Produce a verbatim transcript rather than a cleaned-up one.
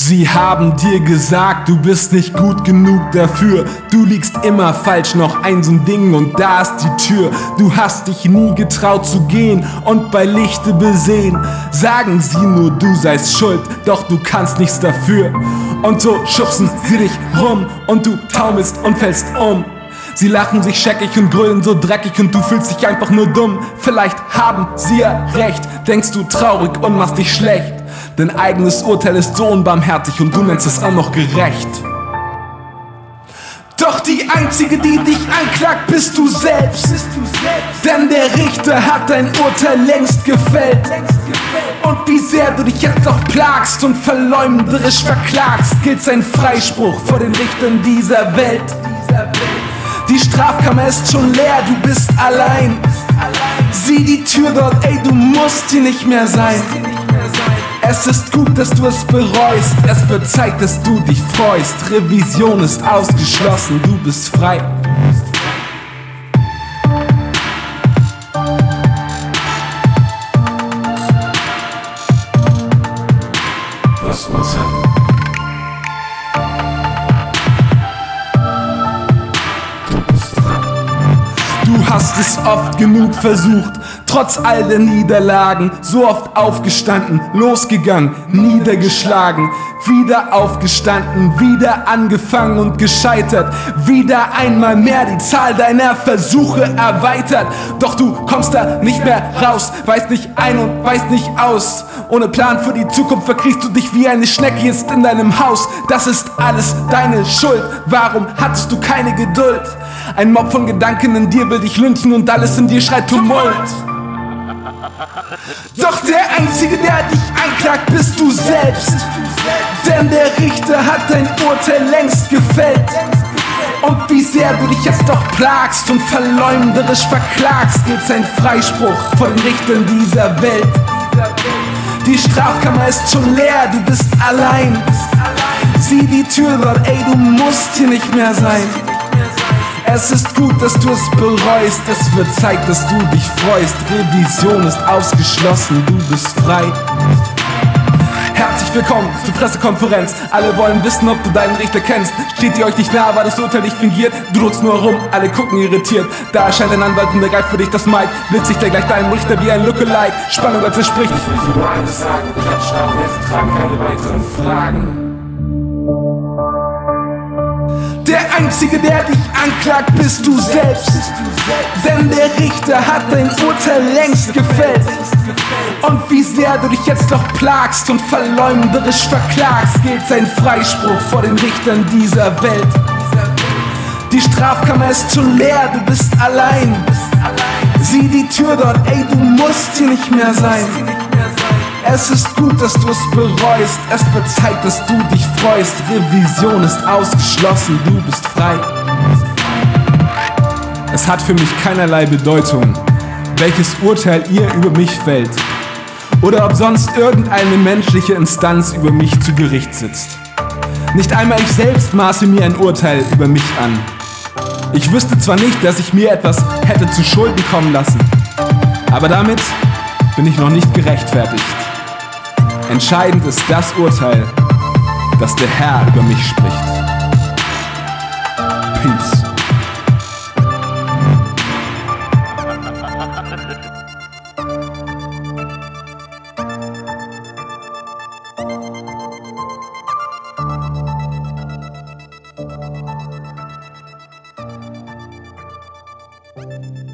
Sie haben dir gesagt, du bist nicht gut genug dafür. Du liegst immer falsch, noch ein so ein Ding und da ist die Tür. Du hast dich nie getraut zu gehen und bei Lichte besehen. Sagen sie nur, du seist schuld, doch du kannst nichts dafür. Und so schubsen sie dich rum und du taumelst und fällst um. Sie lachen sich scheckig und grölen so dreckig und du fühlst dich einfach nur dumm. Vielleicht haben sie ja recht, denkst du traurig und machst dich schlecht. Dein eigenes Urteil ist so unbarmherzig und du nennst es auch noch gerecht. Doch die Einzige, die dich anklagt, bist du selbst. Denn der Richter hat dein Urteil längst gefällt. Und wie sehr du dich jetzt noch plagst und verleumderisch verklagst, gilt sein Freispruch vor den Richtern dieser Welt. Die Strafkammer ist schon leer, du bist allein. Sieh die Tür dort, ey, du musst hier nicht mehr sein. Es ist gut, dass du es bereust, es wird Zeit, dass du dich freust. Revision ist ausgeschlossen, du bist frei. Was muss er? Du hast es oft genug versucht, trotz all der Niederlagen, so oft aufgestanden, losgegangen, niedergeschlagen, wieder aufgestanden, wieder angefangen und gescheitert, wieder einmal mehr die Zahl deiner Versuche erweitert. Doch du kommst da nicht mehr raus, weißt nicht ein und weißt nicht aus. Ohne Plan für die Zukunft verkriechst du dich wie eine Schnecke jetzt in deinem Haus. Das ist alles deine Schuld, warum hattest du keine Geduld? Ein Mob von Gedanken in dir will dich lynchen und alles in dir schreit Tumult. Doch der Einzige, der dich anklagt, bist du selbst. Denn der Richter hat dein Urteil längst gefällt. Und wie sehr du dich jetzt doch plagst und verleumderisch verklagst, gilt sein Freispruch vor den Richtern dieser Welt. Die Strafkammer ist schon leer, du bist allein. Sieh die Tür dort, ey, du musst hier nicht mehr sein. Es ist gut, dass du es bereust, es wird Zeit, dass du dich freust. Revision ist ausgeschlossen, du bist frei. Herzlich willkommen zur Pressekonferenz. Alle wollen wissen, ob du deinen Richter kennst. Steht ihr euch nicht nah, war das Urteil nicht fingiert? Du drückst nur rum, alle gucken irritiert. Da erscheint ein Anwalt und ergreift für dich das Mic. Blitzigt er gleich deinem Richter wie ein Lookalike. Spannung, als er spricht. Ich will dir nur eines sagen, klatsch nach, wir fragen keine weiteren Fragen. Der Einzige, der dich anklagt, bist du selbst. Denn der Richter hat dein Urteil längst gefällt. Und wie sehr du dich jetzt noch plagst und verleumderisch verklagst, gilt sein Freispruch vor den Richtern dieser Welt. Die Strafkammer ist schon leer, du bist allein. Sieh die Tür dort, ey, du musst hier nicht mehr sein. Es ist gut, dass du es bereust, es wird Zeit, dass du dich freust. Revision ist ausgeschlossen, du bist frei. Es hat für mich keinerlei Bedeutung, welches Urteil ihr über mich fällt. Oder ob sonst irgendeine menschliche Instanz über mich zu Gericht sitzt. Nicht einmal ich selbst maße mir ein Urteil über mich an. Ich wüsste zwar nicht, dass ich mir etwas hätte zu Schulden kommen lassen, aber damit bin ich noch nicht gerechtfertigt. Entscheidend ist das Urteil, dass der Herr über mich spricht. Peace. Thank you.